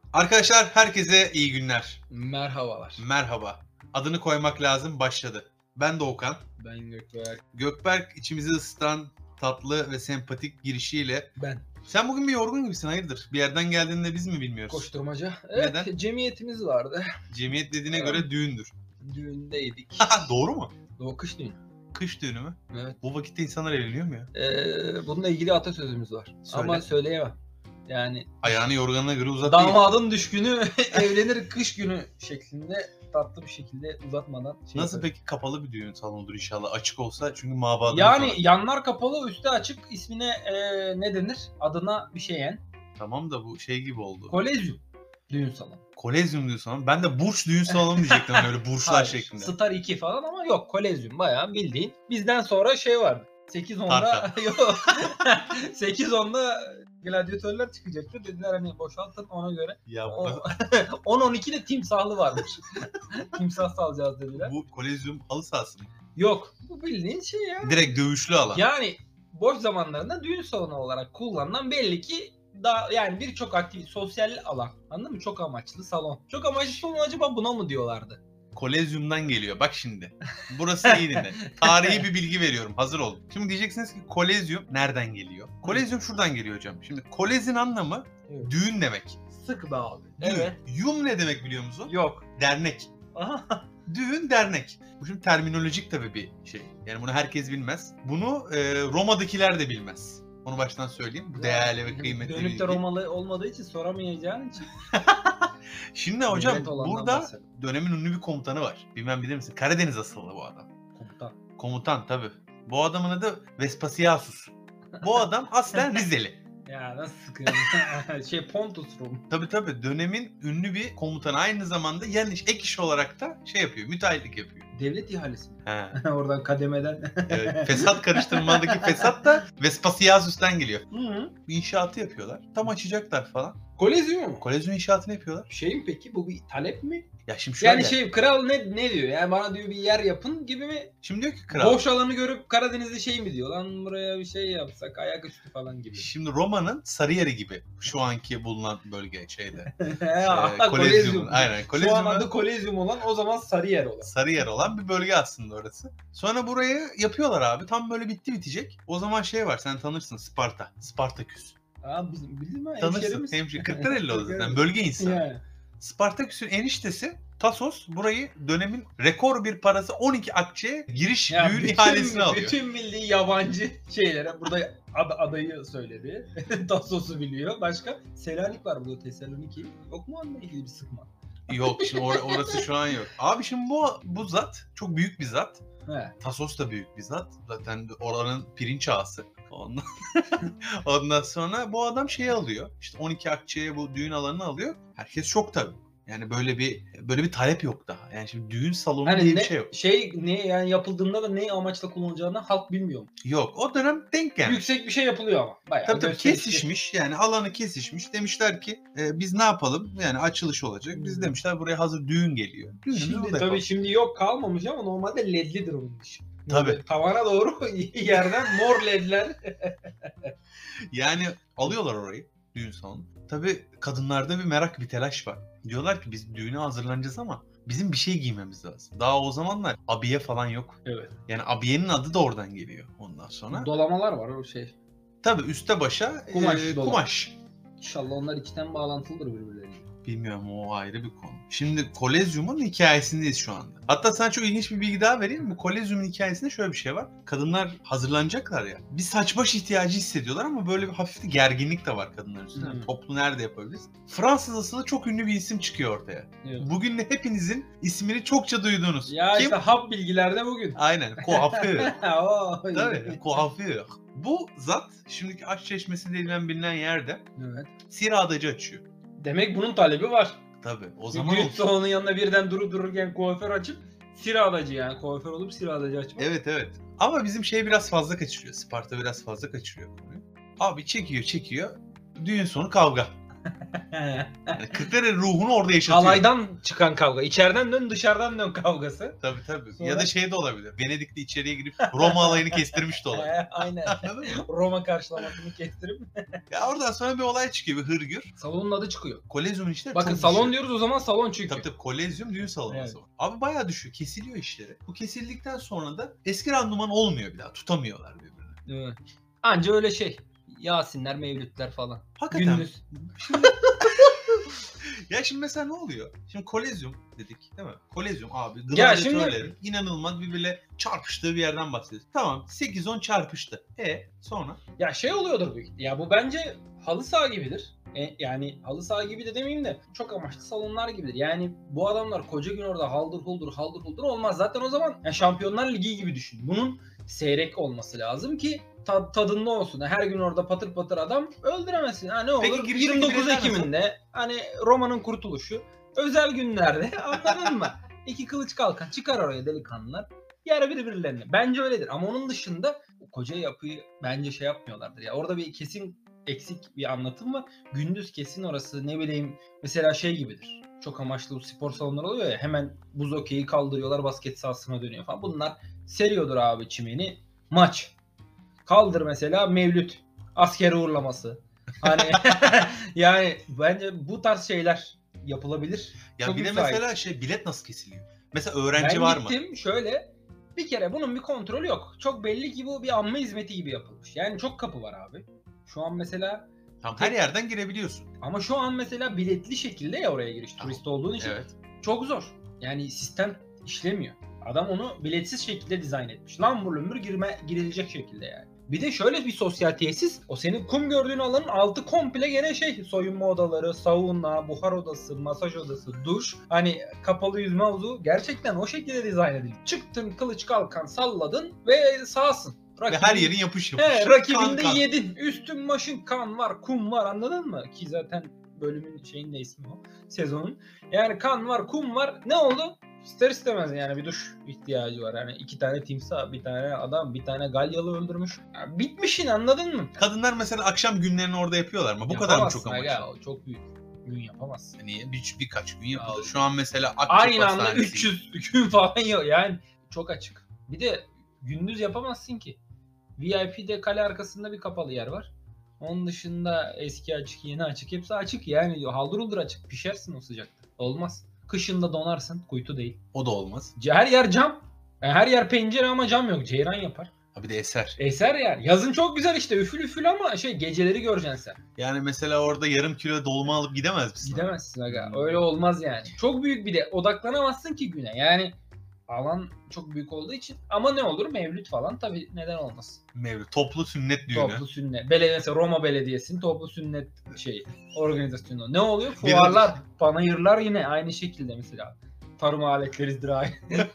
Arkadaşlar herkese iyi günler. Merhabalar. Merhaba. Adını koymak lazım başladı. Ben Doğukan. Ben Gökberk. Gökberk içimizi ısıtan tatlı ve sempatik girişiyle. Ben. Sen bugün bir yorgun gibisin, hayırdır? Bir yerden geldiğinde biz mi bilmiyoruz? Koşturmaca. Evet, Neden? Cemiyetimiz vardı. Cemiyet dediğine göre düğündür. Düğündeydik. Doğru mu? O kış düğünü. Kış düğünü mü? Evet. Bu vakitte insanlar evleniyor mu ya? Bununla ilgili atasözümüz var. Söyle. Ama söyleyemem. Yani Ayağını yorganına göre uzat değil. damadın düş günü evlenir kış günü şeklinde tatlı bir şekilde uzatmadan. Nasıl peki kapalı bir düğün salonudur inşallah. Açık olsa çünkü mabadımız Yani var. yanlar kapalı, üstü açık. İsmine ne denir? Adına bir şey en. Tamam da bu şey gibi oldu. Kolezyum. Düğün salonu. Kolezyum düğün salonu. Ben de burç düğün salonu diyecektim öyle burçlar Hayır, şeklinde. Star 2 falan ama yok, Kolezyum bayağı bildiğin. Bizden sonra şey vardı. 8-10'da Tarkan. yok. 8-10'da gladyatörler çıkacaktı. Dediler hani boşaltın ona göre. Ya bu, 10-12'de timsahlı varmış. Timsah salacağız dediler. bu kolezyum halı sahası mı? Yok. Bu bildiğin şey ya. Direkt dövüşlü alan. Yani boş zamanlarında düğün salonu olarak kullanılan belli ki daha yani birçok aktivite, sosyal alan. Anladın mı? Çok amaçlı salon. Çok amaçlı salon acaba buna mı diyorlardı? Kolezyumdan geliyor. Bak şimdi. Burası iyi dinle. Tarihi bir bilgi veriyorum. Hazır olun. Şimdi diyeceksiniz ki kolezyum nereden geliyor? Kolezyum şuradan geliyor hocam. Şimdi kolezin anlamı Evet. düğün demek. Sık be abi. Düğün. Evet. Yum ne demek biliyor musun? Yok. Dernek. Aha. Düğün dernek. Bu şimdi terminolojik tabii bir şey. Yani bunu herkes bilmez. Bunu Roma'dakiler de bilmez. Onu baştan söyleyeyim. Bu değerli ve kıymetli Dönüp bilgi. de Romalı olmadığı için soramayacağın için. Şimdi hocam Devlet olandan burada bahsedelim. dönemin ünlü bir komutanı var. Bilmem bilir misin? Karadeniz asıllı bu adam. Komutan. Komutan tabii. Bu adamın adı Vespasiasus. Bu adam aslen Rizeli. Ya nasıl sıkıyorsun? Pontus Rum. Tabii dönemin ünlü bir komutanı. Aynı zamanda yan iş, ek iş olarak da şey yapıyor, müteahhitlik yapıyor. Devlet ihalesi mi? He. Oradan kademeden. Evet, fesat karıştırmadaki fesat da Vespasiasus'tan geliyor. Hı. İnşaatı yapıyorlar. Tam açacaklar falan. Kolezyum mu? Kolezyum inşaatını yapıyorlar. Şey mi peki? Bu bir talep mi? Ya şimdi şöyle. Yani kral ne diyor? Yani bana diyor bir yer yapın gibi mi? Şimdi diyor ki kral. Boş alanı görüp Karadeniz'de şey mi diyor? Lan buraya bir şey yapsak ayaküstü falan gibi. Şimdi Roma'nın Sarıyer'i gibi şu anki bulunan bölge şeyde. Kolezyum. Kolezyum'un. Aynen. Şu an Kolezyum'un adı Kolezyum olan o zaman Sarıyer olan. Sarıyer olan bir bölge aslında orası. Sonra burayı yapıyorlar abi. Tam böyle bitti bitecek. O zaman şey var, sen tanırsın, Sparta. Spartaküs. Aa bizim Tanırsın. hemşerimiz. Hemşire. Kırklareli o zaten. Bölge insanı. Yani. Spartaküs'ün eniştesi Tasos burayı dönemin rekor bir parası 12 akçeye giriş düğün ihalesini alıyor. Bütün milli yabancı şeylere burada adayı söyledi. Tassos'u biliyor. Başka Selanik var burada, Tesaloniki. Yok mu onunla ilgili bir sıkma? Yok şimdi orası şu an yok. Abi şimdi bu zat çok büyük bir zat. He. Tasos da büyük bir zat. Zaten oranın pirinç ağası. Ondan sonra bu adam şeyi alıyor. İşte 12 akçeye bu düğün alanını alıyor. Herkes şok tabii. Yani böyle bir talep yok daha. Yani şimdi düğün salonu Hani diye bir şey yok. Ne yani yapıldığında da ne amaçla kullanılacağını halk bilmiyor. Yok. O dönem denk gelmiş. Yüksek bir şey yapılıyor ama. Bayağı Tabii kesişmiş. Yani alanı kesişmiş. Demişler ki biz ne yapalım? Yani açılış olacak. Biz demişler buraya hazır düğün geliyor. Şimdi tabii şimdi yok kalmamış ama normalde ledlidir onun dışı. Tabii. Tavana doğru yerden mor ledler. Yani alıyorlar orayı, düğün salonu. Tabii kadınlarda bir merak, bir telaş var. Diyorlar ki biz düğüne hazırlanacağız ama bizim bir şey giymemiz lazım. Daha o zamanlar abiye falan yok. Evet. Yani abiyenin adı da oradan geliyor ondan sonra. Dolamalar var o şey. Tabii üste başa kumaş. İnşallah onlar içten bağlantılıdır birbirleriyle. Bilmiyorum, o ayrı bir konu. Şimdi Kolezyum'un hikayesindeyiz şu anda. Hatta sana çok ilginç bir bilgi daha vereyim mi? Kolezyum'un hikayesinde şöyle bir şey var. Kadınlar hazırlanacaklar ya. Bir saç baş ihtiyacı hissediyorlar ama böyle bir hafif de gerginlik de var kadınların üstünde. Yani toplu nerede yapabiliriz? Fransız asıllı çok ünlü bir isim çıkıyor ortaya. Evet. Bugün de hepinizin ismini çokça duydunuz. Ya kim? İşte hap bilgilerde bugün. Aynen. Kuaför. Tabii. Kuaför. Bu zat şimdiki Aşk Çeşmesi bilinen yerde siradacı açıyor. Demek bunun talebi var. Tabii. O zaman düğün salonunun yanına birden dururken kuaför açıp siradacı, yani kuaför olup siradacı açmak. Evet. Ama bizim şey biraz fazla kaçırıyor. Sparta biraz fazla kaçırıyor. Abi çekiyor. Düğün sonu kavga. Yani Kırklareli ruhunu orada yaşatıyor. Halaydan çıkan kavga. İçeriden dön dışarıdan dön kavgası. Tabii. Sonra- Ya da şey de olabilir. Venedik'te içeriye girip Roma alayını kestirmiş de olabilir. Aynen. Anladın mı? Roma karşılamasını kestirip Ya oradan sonra bir olay çıkıyor. Bir hırgür. salonun adı çıkıyor. Kolezyumun işleri Bakın çok salon düşüyor. diyoruz o zaman salon çünkü. Tabii kolezyum düğün salonu. Evet. Abi bayağı düşüyor. Kesiliyor işleri. Bu kesildikten sonra da eski randıman olmuyor bir daha. Tutamıyorlar birbirini. Değil mi? Anca öyle şey. Yasinler, Mevlütler falan. Hakikaten. Gündüz. Ya şimdi mesela ne oluyor? Şimdi kolezyum dedik değil mi? Kolezyum abi. Ya şimdi- Gladyatörlerin inanılmaz birbirle çarpıştığı bir yerden bahsediyoruz. Tamam 8-10 çarpıştı. Sonra? Ya şey oluyordur büyük. Ya bu bence halı saha gibidir. Yani halı saha gibi de demeyeyim de çok amaçlı salonlar gibidir. Yani bu adamlar koca gün orada haldır huldur olmaz. Zaten o zaman yani Şampiyonlar Ligi gibi düşün. Bunun seyrek olması lazım ki tadında olsun. Her gün orada patır patır adam öldüremesin. Ha ne olur? Peki girişteki 29 biletler Ekim'inde hani Roma'nın kurtuluşu özel günlerde anladın mı? İki kılıç kalkan çıkar oraya delikanlılar. Yer birbirlerine. Bence öyledir. Ama onun dışında koca yapıyı bence şey yapmıyorlardır. Ya orada bir kesin eksik bir anlatım var. Gündüz kesin orası ne bileyim mesela şey gibidir. Çok amaçlı bu spor salonları oluyor ya hemen buz okeyi kaldırıyorlar basket sahasına dönüyor falan. Bunlar seriyordur abi çimeni. Maç. Kaldır mesela Mevlüt. Asker uğurlaması. Hani yani bence bu tarz şeyler yapılabilir. Ya Çok bir de müsait. mesela bilet nasıl kesiliyor? Mesela öğrenci Ben var mı? gittim şöyle bir kere bunun bir kontrolü yok. Çok belli ki bu bir amme hizmeti gibi yapılmış. Yani çok kapı var abi. Şu an mesela Tamam her yerden girebiliyorsun. ama şu an mesela biletli şekilde ya oraya giriş Tamam. turist olduğun için Evet. çok zor. Yani sistem işlemiyor. Adam onu biletsiz şekilde dizayn etmiş. Lambur lumbur girilecek şekilde yani. Bir de şöyle bir sosyal tesis. O senin kum gördüğün alanın altı komple gene şey. Soyunma odaları, sauna, buhar odası, masaj odası, duş. Hani kapalı yüzme havuzu gerçekten o şekilde dizayn edilmiş. Çıktın kılıç kalkan salladın ve sağsın. Ve her yerin yapış yapış. He, rakibinde Kan. yedin. Üstün başın kan var, kum var anladın mı? Ki zaten bölümün şeyin de ismi o. Sezonun. Yani kan var, kum var. Ne oldu? İster istemez yani bir duş ihtiyacı var. Yani 2 tane timsah, bir tane adam, bir tane galyalı öldürmüş. Ya bitmişin anladın mı? Kadınlar mesela akşam günlerini orada yapıyorlar mı? Bu kadar mı Yapamazsın çok aga, amaçlı? o çok büyük. Gün yapamazsın. Niye? Birkaç gün yapılır. Ya, Şu an mesela Akçe Aynı anda Pastanesi. 300 gün falan yok. Yani çok açık. Bir de gündüz yapamazsın ki. VIP'de kale arkasında bir kapalı yer var. Onun dışında eski açık, yeni açık. Hepsi açık yani. Haldır uldur açık. Pişersin o sıcakta. Olmaz. Kışında donarsın. Kuytu değil. O da olmaz. Her yer cam. Yani her yer pencere ama cam yok. Ceyran yapar. Ha bir de eser. Eser yani. Yazın çok güzel işte. Üfül üfül ama geceleri göreceksin sen. Yani mesela orada yarım kilo dolma alıp gidemez misin? Gidemezsin aga. Öyle olmaz yani. Çok büyük bir de odaklanamazsın ki güne. Yani alan çok büyük olduğu için. Ama ne olur? Mevlüt falan tabii neden olmasın. Mevlüt. Toplu sünnet düğünü. Toplu sünnet. Mesela Roma Belediyesi'nin toplu sünnet organizasyonu. Ne oluyor? Bir de- Fuarlar, panayırlar yine aynı şekilde mesela. Tarım aletleri zirai.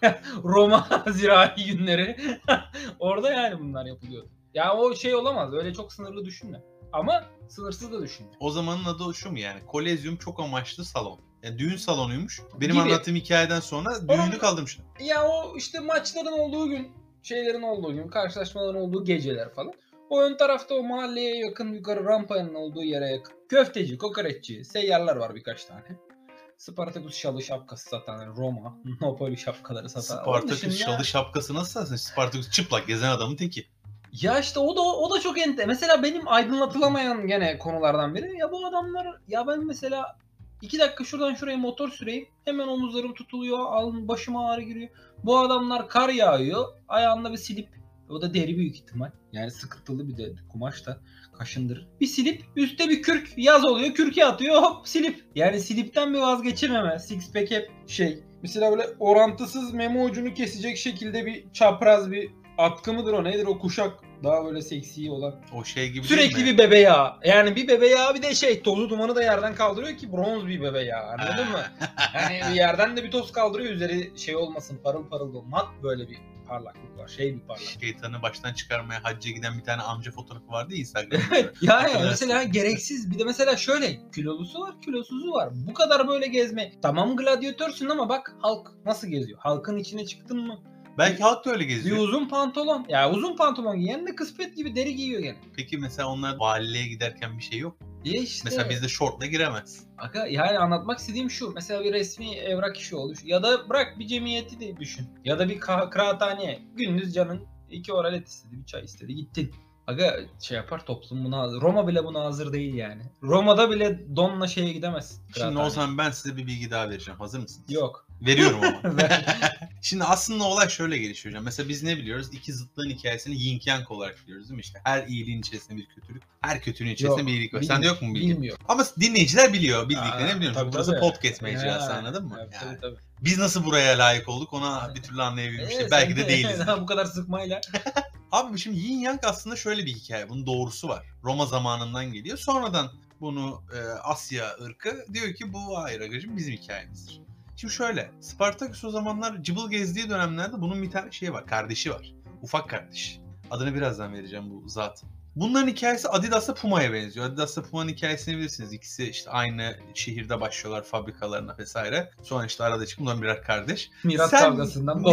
Roma zirai günleri. Orada yani bunlar yapılıyor. Ya o şey olamaz. Öyle çok sınırlı düşünme. Ama sınırsız da düşünme. O zamanın adı şu mu yani? Kolezyum çok amaçlı salon. Yani düğün salonuymuş. Benim Gibi. anlattığım hikayeden sonra düğünü kaldırmışlar. Ya o işte maçların olduğu gün, şeylerin olduğu gün, karşılaşmaların olduğu geceler falan. O ön tarafta o mahalleye yakın yukarı rampanın olduğu yere yakın. Köfteci, kokoreççi, seyyarlar var birkaç tane. Spartaküs şalı şapkası satan, yani Roma, Napoli şapkaları satan. Onun Spartaküs dışında- şalı şapkası nasıl satsın? Spartaküs çıplak gezen adamın teki. Ya işte o da çok Mesela benim aydınlatılamayan gene konulardan biri. Ya bu adamlar ya ben mesela 2 dakika şuradan şuraya motor süreyim. Hemen omuzlarım tutuluyor. Alın başıma ağrı giriyor. Bu adamlar kar yağıyor. Ayağında bir silip. O da deri büyük ihtimal. Yani sıkıntılı bir de kumaş da kaşındırır. Bir silip üstte bir kürk yaz oluyor. Kürke atıyor hop silip. Yani silipten bir vazgeçememe. Six pack hep şey. Mesela böyle orantısız meme ucunu kesecek şekilde bir çapraz bir atkı mıdır o nedir o kuşak daha böyle seksi olan. O şey gibi Sürekli değil mi? bir bebe yağı. Yani bir bebe yağı bir de tozu dumanı da yerden kaldırıyor ki bronz bir bebe yağı. Anladın mı? Yani bir yerden de bir toz kaldırıyor üzeri şey olmasın parıl parıl mat böyle bir parlaklık var. Bir parlaklık. Şeytanı baştan çıkarmaya hacca giden bir tane amca fotoğrafı vardı ya Instagram'da. Yani Hatırlarsın. mesela gereksiz bir de mesela şöyle kilolusu var kilosuzu var. Bu kadar böyle gezme. Tamam gladyatörsün ama bak halk nasıl geziyor? Halkın içine çıktın mı? Belki halk da öyle Bir geziyor. uzun pantolon. Ya uzun pantolon giyen de kıspet gibi deri giyiyor gene. Peki mesela onlar valiliğe giderken bir şey yok mu? işte. Mesela bizde şortla giremez. Aga, yani anlatmak istediğim şu. Mesela bir resmi evrak işi oldu. Ya da bırak bir cemiyeti de düşün. Ya da bir kıraathaneye. Gündüz canın 2 oralet istedi, bir çay istedi, gittin. Aga şey yapar, toplum buna hazır. Roma bile buna hazır değil yani. Roma'da bile donla şeye gidemez. Şimdi o zaman ben size bir bilgi daha vereceğim. Hazır mısınız? Yok. Veriyorum ama. Ver. Şimdi aslında olay şöyle gelişiyor hocam. Mesela biz ne biliyoruz? İki zıtlığın hikayesini yin yang olarak biliyoruz değil mi? İşte her iyiliğin içerisinde bir kötülük, her kötülüğün içerisinde Yok, bir iyilik var. bilmiyorum. Sende yok mu bilgi? Bilmiyor. Ama dinleyiciler biliyor. Bildiklerini biliyor. Tabii, Burası tabii. podcast mecrası, Ha, anladın mı? evet, Yani. tabii. Biz nasıl buraya layık olduk ona bir türlü anlayabilmiştik. Sen Belki de değiliz. Bu kadar sıkmayla. Abi şimdi yin yang aslında şöyle bir hikaye. Bunun doğrusu var. Roma zamanından geliyor. Sonradan bunu Asya ırkı diyor ki bu hayır agacım bizim hikayemizdir. Şimdi şöyle, Spartaküs o zamanlar cıbıl gezdiği dönemlerde bunun bir tane şeyi var, kardeşi var. Ufak kardeş. Adını birazdan vereceğim bu zat. Bunların hikayesi Adidas'la Puma'ya benziyor. Adidas'la Puma'nın hikayesini bilirsiniz. İkisi işte aynı şehirde başlıyorlar fabrikalarına vesaire. Sonra işte arada çıkıp bunlar birer kardeş. Miras Sen- kavgasından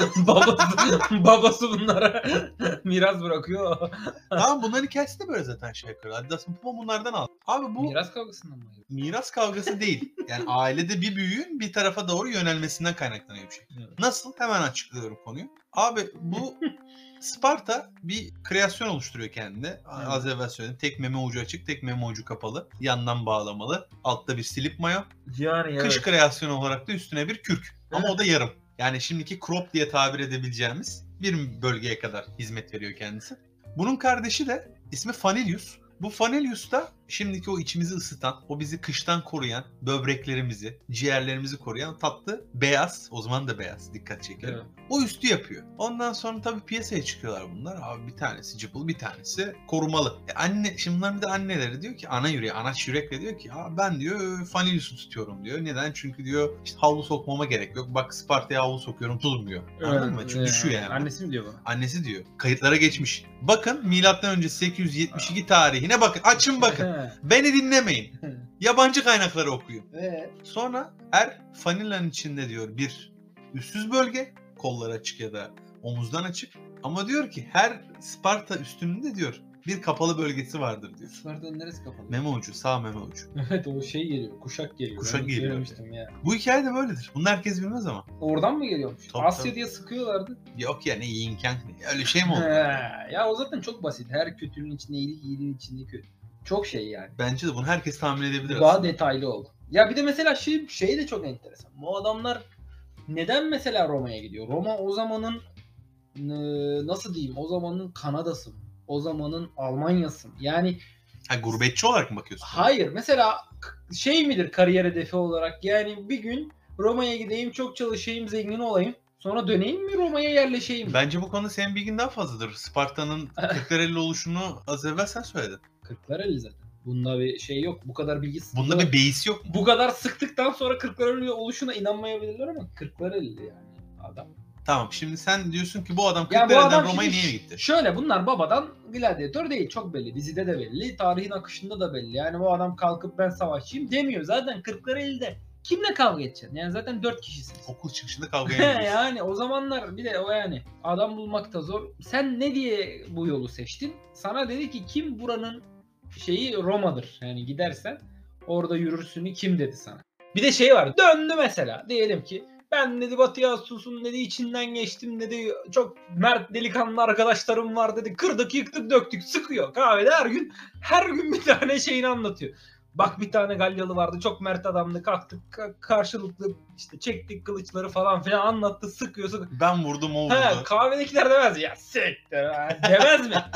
babası bunlara miras bırakıyor. Tamam bunların hikayesi de böyle zaten şey yapıyor. Adidas'la Puma bunlardan aldı. Abi bu Miras kavgasından mı? miras kavgası değil. Yani ailede bir büyüğün bir tarafa doğru yönelmesinden kaynaklanıyor bir şey. Evet. Nasıl? Hemen açıklıyorum konuyu. Abi bu Sparta bir kreasyon oluşturuyor kendine. Az evvel söyledim. Tek meme ucu açık, tek meme ucu kapalı. Yandan bağlamalı. Altta bir slip mayo. Yani Kış kreasyonu olarak da üstüne bir kürk. Ama Evet. o da yarım. Yani şimdiki crop diye tabir edebileceğimiz bir bölgeye kadar hizmet veriyor kendisi. Bunun kardeşi de ismi Fanilius. Bu Fanilius da şimdiki o içimizi ısıtan, o bizi kıştan koruyan, böbreklerimizi, ciğerlerimizi koruyan tatlı beyaz, o zaman da beyaz dikkat çekelim. Evet. O üstü yapıyor. Ondan sonra tabii piyasaya çıkıyorlar bunlar. Abi bir tanesi cıbıl, bir tanesi korumalı. Anne, şimdi bunların bir de anneleri diyor ki ana yüreği, anaç yürekle diyor ki ben diyor Fanilius'u tutuyorum diyor. Neden? Çünkü diyor işte havlu sokmama gerek yok. Bak Sparta'ya havlu sokuyorum tutulmuyor. Anladın mı? Çünkü düşüyor yani. Annesi mi diyor bana? Annesi diyor. Kayıtlara geçmiş. Bakın milattan önce 872 tarihine bakın. Açın bakın. Beni dinlemeyin. Yabancı kaynakları okuyun. Sonra her fanilanın içinde diyor bir üstsüz bölge, kolları açık ya da omuzdan açık. Ama diyor ki her Sparta üstünde diyor bir kapalı bölgesi vardır diyor. Sparta'nın neresi kapalı? Meme ucu, sağ meme ucu. Evet, o şey geliyor. Kuşak geliyor. Kuşak Ben geliyor. söylemiştim ya. Bu hikaye de böyledir. Bunu herkes bilmez ama. Oradan mı geliyormuş? Tabii, Asya tabii. diye sıkıyorlardı. Yok ya ne yin yang ne. Öyle şey mi oldu? Ya o zaten çok basit. Her kötülüğün içinde iyilik, iyiliğin içinde kötü. Çok şey yani. Bence de bunu herkes tahmin edebilir Daha aslında. detaylı oldu. Ya bir de mesela şey de çok enteresan. Bu adamlar neden mesela Roma'ya gidiyor? Roma o zamanın nasıl diyeyim? O zamanın Kanada'sı mı? O zamanın Almanya'sı mı? Yani Ha, gurbetçi olarak mı bakıyorsun? hayır. Mesela şey midir kariyer hedefi olarak? Yani bir gün Roma'ya gideyim, çok çalışayım, zengin olayım. Sonra döneyim mi Roma'ya yerleşeyim mi? Bence bu konuda senin bilgin daha fazladır. Sparta'nın Kırklareli oluşunu az evvel sen söyledin. Kırklareli zaten. Bunda bir şey yok. Bu kadar bilgi Bunda bir beis yok mu? bu kadar sıktıktan sonra Kırklareli oluşuna inanmayabilirler ama Kırklareli yani adam. Tamam şimdi sen diyorsun ki bu adam Ya bu Kırklareli'den adam Roma'ya şimdi niye gitti? şöyle, bunlar babadan gladyatör değil, çok belli. Dizide de belli, tarihin akışında da belli. Yani bu adam kalkıp ben savaşçıyım demiyor. Zaten Kırklareli'de kimle kavga edeceksin? Yani zaten 4 kişisiniz. Okul çıkışında kavgaya gidiyorsun. Yani o zamanlar bir de o yani adam bulmak da zor. Sen ne diye bu yolu seçtin? Sana dedi ki kim buranın şeyi Roma'dır. Yani gidersen orada yürürsünü kim dedi sana? Bir de şey var. Döndü mesela. Diyelim ki ben dedi Batı Ağustos'un dedi içinden geçtim dedi. Çok mert delikanlı arkadaşlarım var dedi. Kırdık, yıktık, döktük. Sıkıyor kahvede her gün bir tane şeyini anlatıyor. Bak bir tane Galyalı vardı. Çok mert adamdı. Kalktık karşılıklı işte çektik kılıçları falan filan anlattı. Sıkıyor. Ben vurdum o vurdu. He, kahvedekiler demez ya siktir ha, demez mi?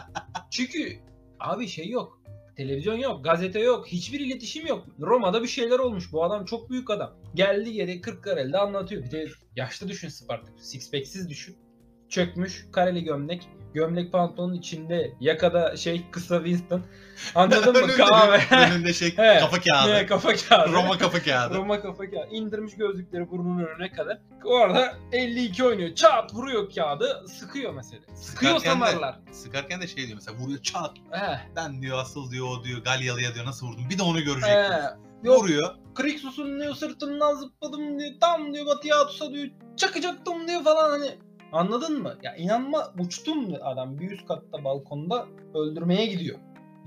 Çünkü abi şey yok. Televizyon yok, gazete yok, hiçbir iletişim yok. Roma'da bir şeyler olmuş. Bu adam çok büyük adam. Geldi geri Kırklareli'de anlatıyor. Bir de yaşlı düşün Spartaküs. Six pack'siz düşün. Çökmüş, kareli gömlek. Gömlek pantolonun içinde yakada kısa Winston. Anladın mı? Önünde Kahve. Önünde He. kafa kağıdı. Ne, kafa kağıdı. Roma kafa kağıdı. Roma kafa kağıdı. İndirmiş gözlükleri burnunun önüne kadar. Orada 52 oynuyor. Çat vuruyor kağıdı. Sıkıyor mesela. Sıkıyor samarlar. Sıkarken de şey diyor mesela vuruyor çat. He. Ben diyor asıl diyor o diyor Galyalı'ya diyor nasıl vurdum bir de onu görecek. Yok. Vuruyor. Krixus'un diyor sırtından zıpladım diyor. Tam diyor Batiatus'a diyor. Çakacaktım diyor falan hani. Anladın mı? Ya inanma uçtum diyor adam. Bir üst katta balkonda öldürmeye gidiyor.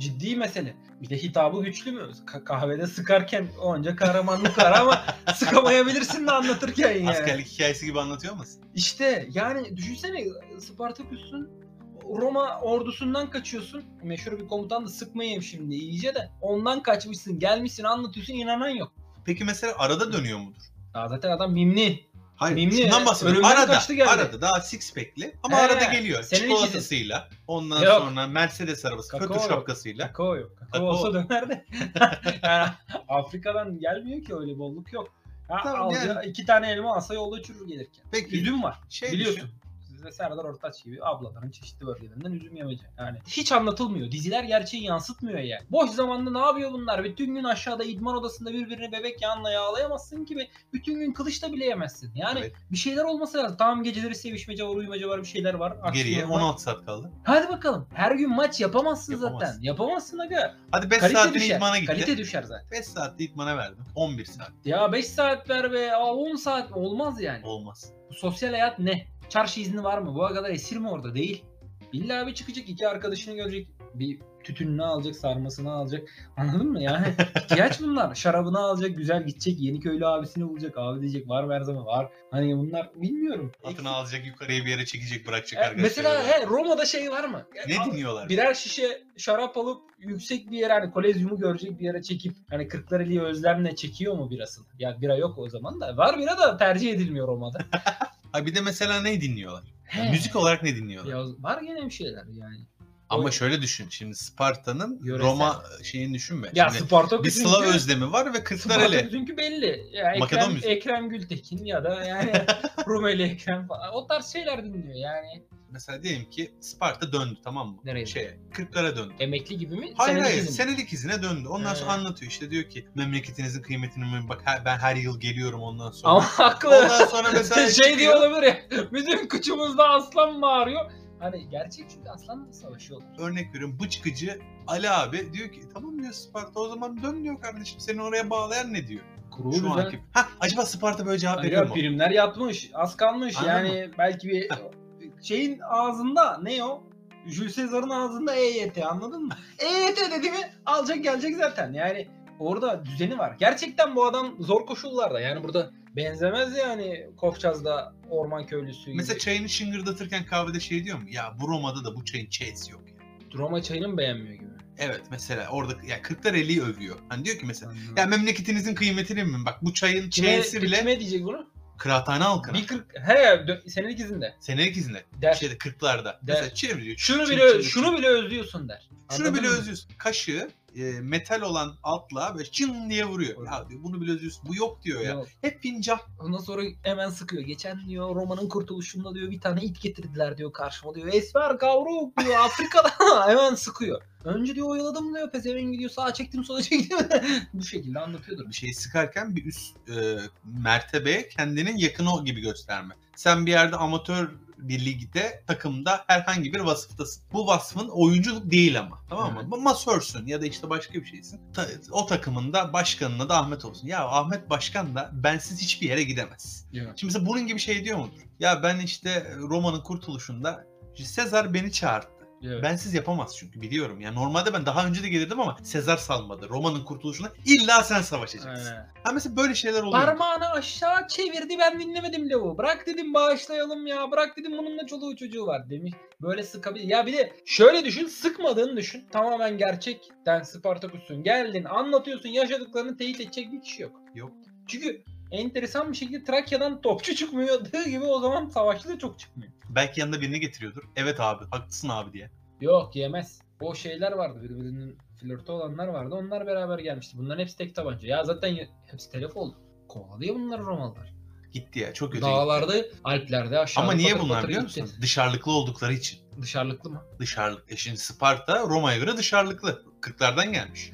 Ciddi mesele. Bir de hitabı güçlü mü? Kahvede sıkarken onca kahramanlık var ama sıkamayabilirsin de anlatırken yani. Askerlik hikayesi gibi anlatıyor musun? İşte yani düşünsene Spartaküs'ün Roma ordusundan kaçıyorsun. Meşhur bir komutan da sıkmayayım şimdi iyice de. Ondan kaçmışsın, gelmişsin, anlatıyorsun, inanan yok. Peki mesela arada dönüyor mudur? Daha zaten adam mimli. Hayır, Mimli, şundan bahsediyorum. ölümden kaçtı geldi. Arada daha six pack'li ama He, arada geliyor. senin Çikolatasıyla, ondan Yok. sonra Mercedes arabası, Kakao fötr yok. şapkasıyla. Kakao yok. Kakao Kakao. olsa döner de. Yani Afrika'dan gelmiyor ki, öyle bolluk yok. Ha, Tamam, alacağı yani. 2 tane elma alsa yolda uçurur gelirken. Peki, Üzüm var. şey biliyorsun. düşün. Sizde Serdar Ortaç gibi ablaların çeşitli bölgelerinden üzüm yemeci. Yani hiç anlatılmıyor. Diziler gerçeği yansıtmıyor yani. Boş zamanda ne yapıyor bunlar? Bütün gün aşağıda idman odasında birbirini bebek yanına yağlayamazsın gibi. Bütün gün kılıçla bile yemezsin. Yani Evet. bir şeyler olması lazım. Tamam, geceleri sevişmece var, uyumaca var, bir şeyler var. Geriye aksiyon var. 16 saat kaldı. Hadi bakalım. Her gün maç yapamazsın Yapamazsın. zaten. Yapamazsın aga. Hadi 5 Kalite saatini düşer. idmana gitti. Kalite düşer zaten. 5 saatte idmana verdim. 11 saat. Ya 5 saat ver be. 10 saat olmaz yani. Olmaz. Bu sosyal hayat ne? Çarşı izni var mı? Bu kadar esir mi orada? Değil. İlla bir çıkacak, iki arkadaşını görecek. Bir tütününü alacak, sarmasını alacak. Anladın mı? Yani ihtiyaç bunlar. Şarabını alacak, güzel gidecek. Yeniköylü abisini bulacak. Abi diyecek, var mı her zaman? Var. Hani bunlar bilmiyorum. Atını alacak, yukarıya bir yere çekecek, bırakacak arkadaşlar. Mesela Roma'da şey var mı? Ne dinliyorlar? Birer şişe şarap alıp yüksek bir yere, hani Kolezyum'u görecek bir yere çekip, hani Kırklareli'yi özlemle çekiyor mu birasını? Ya bira yok o zaman da. Var bira da tercih edilmiyor Roma'da. Ha bir de mesela ne dinliyorlar? He. Müzik olarak ne dinliyorlar? Ya var gene bir şeyler yani. Ama şöyle düşün. Şimdi Sparta'nın Yöresel. Roma şeyini düşünme. Ya Şimdi bir Spartaküs'ün Slav özlemi var ve Kırklareli. Spartaküs'ünki belli. Ya Makedon Ekrem, müziği. Ekrem Gültekin ya da yani Rumeli Ekrem falan. O tarz şeyler dinliyor yani. Mesela diyelim ki Sparta döndü, tamam mı? Nereye? Kırklara döndü. Emekli gibi mi? Hayır Senelik hayır, izin mi? senelik izine döndü. Ondan sonra He. anlatıyor, işte diyor ki memleketinizin kıymetini mi, bak ben her yıl geliyorum ondan sonra. Ama haklı. Ondan sonra mesela şey diyor çıkıyor. olabilir ya. Bizim kıçımızda aslan bağırıyor. Hani gerçek, çünkü aslanla da savaşıyorlar. Örnek veriyorum, bıçkıcı Ali abi diyor ki tamam diyor Sparta, o zaman dön diyor kardeşim, seni oraya bağlayan ne diyor? Kuru Şu güzel. anki. Acaba Sparta böyle cevap veriyor Ya mu? primler yatmış, az kalmış. Anladın yani belki bir şeyin ağzında ne o? Jules Caesar'ın ağzında EYT, anladın mı? EYT dedi mi alacak gelecek zaten. Yani orada düzeni var. Gerçekten bu adam zor koşullarda. Yani burada benzemez yani Kofçaz'da orman köylüsü gibi. Mesela çayını şıngırdatırken kahvede şey diyor mu? Ya bu Roma'da da bu çayın çeyesi yok ya. Roma çayını mı beğenmiyor gibi. Evet, mesela orada ya Kırklareli'yi övüyor. Hani diyor ki mesela Anladım. ya memleketinizin kıymetini mi? Bak bu çayın çeyesi bile Kime diyecek bunu? kıraathane halkına. Bir 40 senelik izinde. Senelik izinde. Der. Şeyde 40'larda. Mesela çeviriyor. Şunu bile özlüyorsun der. Şunu Anladın bile mı? özlüyorsun. Kaşığı metal olan altla böyle çın diye vuruyor. Ya diyor, bunu bile özlüyorsun. Bu yok diyor ya. Yok. Hep fincan. Ondan sonra hemen sıkıyor. Geçen diyor Roma'nın kurtuluşunda diyor bir tane it getirdiler diyor karşıma diyor. Esmer kavruk diyor Afrika'da. Hemen sıkıyor. Önce diyor oyaladım diyor. Pezevenk gidiyor, sağa çektim sola çektim. Bu şekilde anlatıyordur. Bir şeyi sıkarken bir üst mertebeye kendinin yakın o gibi gösterme. Sen bir yerde amatör bir ligde, takımda herhangi bir vasıftasın. Bu vasfın oyunculuk değil ama. Tamam mı? Evet. Masörsün ya da işte başka bir şeysin. O takımın da başkanına da Ahmet olsun. Ya Ahmet Başkan da bensiz hiçbir yere gidemez. Evet. Şimdi mesela bunun gibi şey diyor mudur? Ya ben işte Roma'nın kurtuluşunda Sezar beni çağırdı. Evet. Bensiz yapamaz çünkü biliyorum. Yani normalde ben daha önce de gelirdim ama Sezar salmadı. Roma'nın kurtuluşuna illa sen savaşacaksın. Ha mesela böyle şeyler oluyor. Parmağını aşağı çevirdi, ben dinlemedim lavuğu. Bırak dedim bağışlayalım ya. Bırak dedim bunun da çoluğu çocuğu var demiş. Böyle sıkabilir. Ya bir de şöyle düşün, sıkmadığını düşün. Tamamen gerçekten Spartaküs'ün. Geldin, anlatıyorsun, yaşadıklarını teyit edecek bir kişi yok. Yok. Çünkü enteresan bir şekilde Trakya'dan topçu çıkmıyordu gibi, o zaman savaşçı da çok çıkmıyor. Belki yanında birini getiriyordur. Evet abi, haklısın abi diye. Yok, yemez. O şeyler vardı, birbirinin flörtü olanlar vardı. Onlar beraber gelmişti. Bunların hepsi tek tabanca. Ya zaten hepsi telef oldu. Kovaladı ya bunları Romalılar. Gitti ya, çok kötü Dağlarda, gitti. Alplerde aşağıda. Ama niye patır bunlar patır biliyor gitti. musun? Dışarılıklı oldukları için. Dışarılıklı mı? Dışarılık. Şimdi Sparta Roma'ya göre dışarılıklı. Kırklardan gelmiş.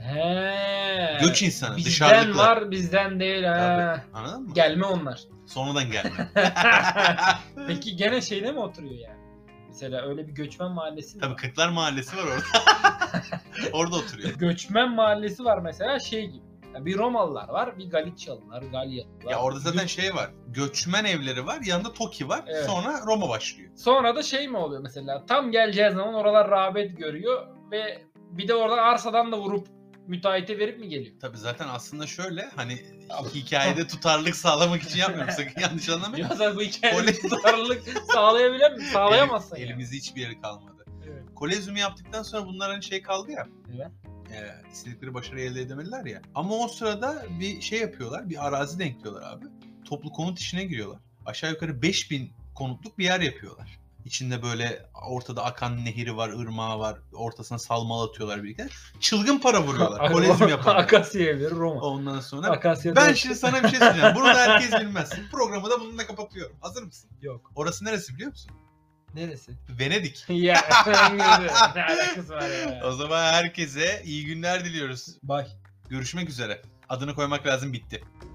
He. Göç insanı, Bizden dışarılıklı. var, bizden değil ha. Tabii. Anladın mı? Gelme onlar. Sonradan gelme. Peki gene şeyde mi oturuyor yani? Mesela öyle bir göçmen mahallesi mi Tabii var? Kırklar Mahallesi var orada. Orada oturuyor. Göçmen mahallesi var mesela şey gibi. Ya bir Romalılar var, bir Galiçyalılar, Galyalılar. Ya orada zaten şey var. Göçmen evleri var, yanında Toki var. Evet. Sonra Roma başlıyor. Sonra da şey mi oluyor mesela? Tam geleceği zaman oralar rağbet görüyor ve Bir de oradan arsadan da vurup müteahhite verip mi geliyor? Tabii zaten aslında şöyle hani hikayede tutarlılık sağlamak için yapmıyorum. Sakın yanlış anlamayın. Ya sen bu hikayede Kole- tutarlılık sağlayabilir misin? Sağlayamazsın yani. Elimizde hiçbir yeri kalmadı. Evet. Kolezyumu yaptıktan sonra bunlar hani şey kaldı ya. Evet. İstedikleri başarıyı elde edemediler ya. Ama o sırada bir şey yapıyorlar. Bir arazi denkliyorlar abi. Toplu konut işine giriyorlar. Aşağı yukarı 5000 konutluk bir yer yapıyorlar. İçinde böyle ortada akan nehri var, ırmağı var. Ortasına salmal atıyorlar birlikte. Çılgın para vuruyorlar. Kolezyum yapanlar. Akasya evleri Roma. Ondan sonra Akasya ben taşı. şimdi sana bir şey söyleyeceğim. Bunu da herkes bilmez. Programı da bununla kapatıyorum. Hazır mısın? Yok. Orası neresi biliyor musun? Neresi? Venedik. Ya ne alakası var ya. O zaman herkese iyi günler diliyoruz. Bye. Görüşmek üzere. Adını koymak lazım, bitti.